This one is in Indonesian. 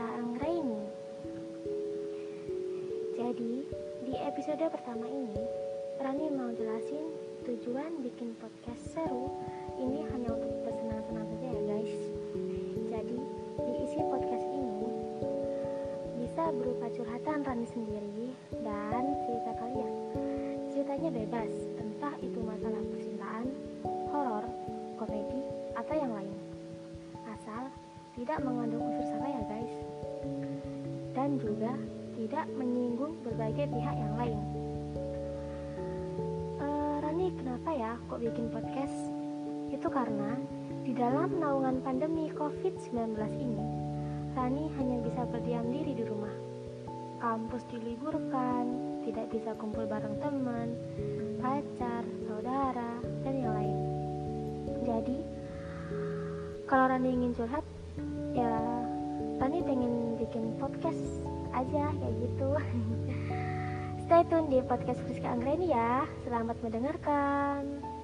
Friska Anggraini. Jadi, di episode pertama ini, Rani mau jelasin tujuan bikin podcast seru ini hanya untuk bersenang-senang saja ya guys. Jadi, di isi podcast ini bisa berupa curhatan Rani sendiri dan cerita kalian. Ceritanya bebas, entah itu masalah percintaan, horor, komedi, atau yang lain. Asal tidak mengandung unsur sara ya guys. Dan juga tidak menyinggung berbagai pihak yang lain. Rani kenapa ya kok bikin podcast? Itu karena di dalam naungan pandemi COVID-19 ini, Rani hanya bisa berdiam diri di rumah. Kampus diliburkan, tidak bisa kumpul bareng teman, pacar, saudara, dan yang lain. Jadi, kalau Rani ingin curhat, ya Rani pengen bikin podcast aja kayak gitu. Stay tune di podcast Friska Anggraini ya. Selamat mendengarkan.